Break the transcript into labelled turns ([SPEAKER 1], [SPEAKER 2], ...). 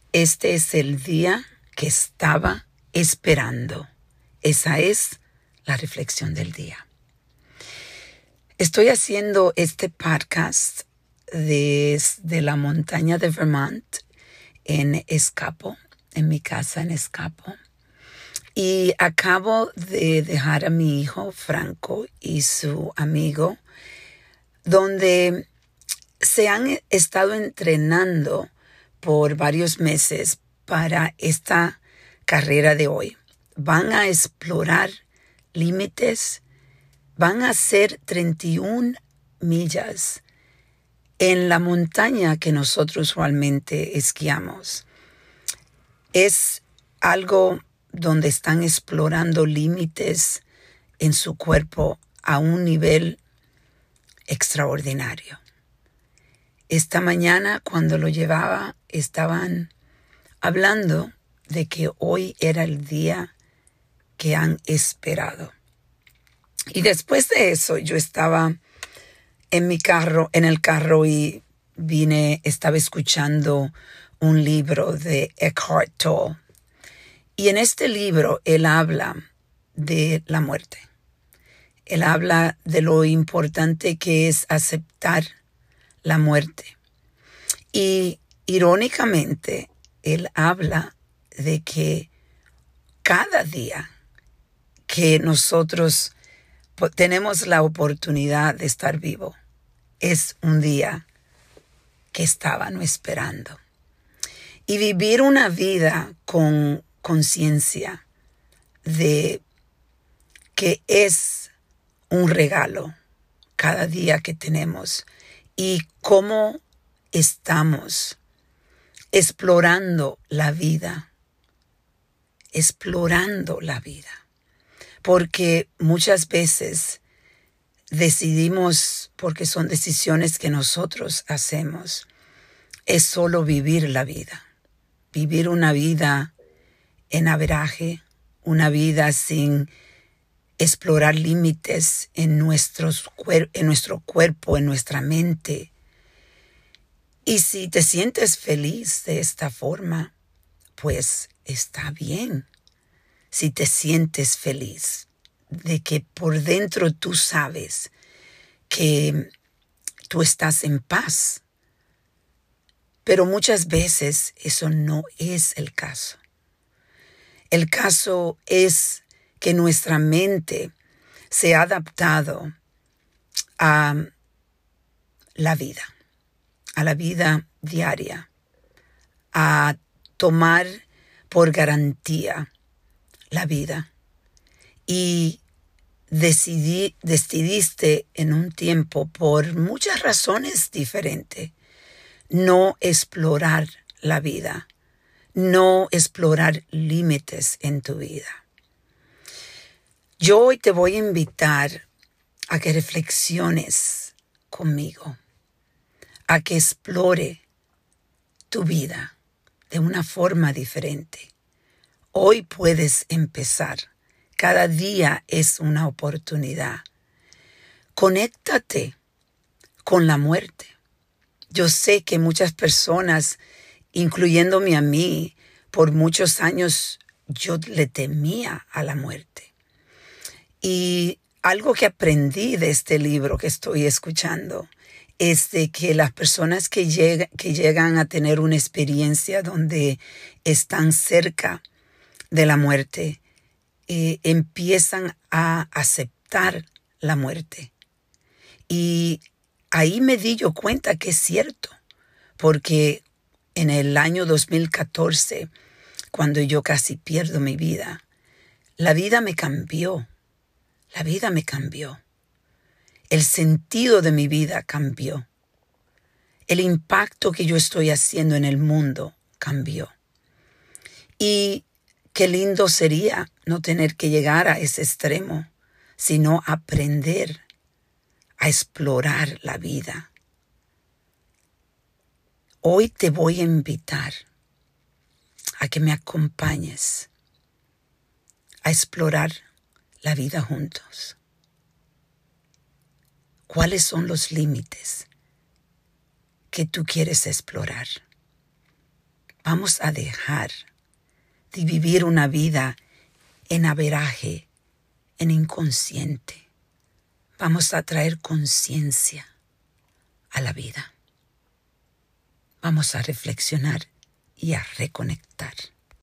[SPEAKER 1] Este es el día que estaba esperando. Esa es la reflexión del día. Estoy haciendo este podcast desde la montaña de Vermont en Escapo, en mi casa en Escapo. Y acabo de dejar a mi hijo Franco y su amigo, donde se han estado entrenando por varios meses para esta carrera de hoy. Van a explorar límites, van a hacer 31 millas en la montaña que nosotros usualmente esquiamos. Es algo donde están explorando límites en su cuerpo a un nivel extraordinario. Esta mañana, cuando lo llevaba, estaban hablando de que hoy era el día que han esperado. Y después de eso, yo estaba en el carro y estaba escuchando un libro de Eckhart Tolle. Y en este libro, él habla de la muerte. Él habla de lo importante que es aceptar la muerte. Y irónicamente, él habla de que cada día que nosotros tenemos la oportunidad de estar vivo, es un día que estaban esperando. Y vivir una vida con conciencia de que es un regalo cada día que tenemos y cómo estamos explorando la vida. Porque muchas veces decidimos, porque son decisiones que nosotros hacemos, es solo vivir la vida. Vivir una vida en averaje, una vida sin explorar límites en nuestro cuerpo, en nuestra mente. Y si te sientes feliz de esta forma, pues está bien. Si te sientes feliz de que por dentro tú sabes que tú estás en paz. Pero muchas veces eso no es el caso. El caso es que nuestra mente se ha adaptado a la vida diaria, a tomar por garantía la vida. Y decidiste en un tiempo, por muchas razones diferentes, no explorar la vida, no explorar límites en tu vida. Yo hoy te voy a invitar a que reflexiones conmigo, a que explore tu vida de una forma diferente. Hoy puedes empezar. Cada día es una oportunidad. Conéctate con la muerte. Yo sé que muchas personas, incluyéndome a mí, por muchos años yo le temía a la muerte. Y algo que aprendí de este libro que estoy escuchando es de que las personas que llegan a tener una experiencia donde están cerca de la muerte, empiezan a aceptar la muerte. Y ahí me di yo cuenta que es cierto, porque en el año 2014, cuando yo casi pierdo mi vida, la vida me cambió. El sentido de mi vida cambió. El impacto que yo estoy haciendo en el mundo cambió. Y qué lindo sería no tener que llegar a ese extremo, sino aprender a explorar la vida. Hoy te voy a invitar a que me acompañes a explorar la vida juntos. ¿Cuáles son los límites que tú quieres explorar? Vamos a dejar de vivir una vida en averaje, en inconsciente. Vamos a traer conciencia a la vida. Vamos a reflexionar y a reconectar.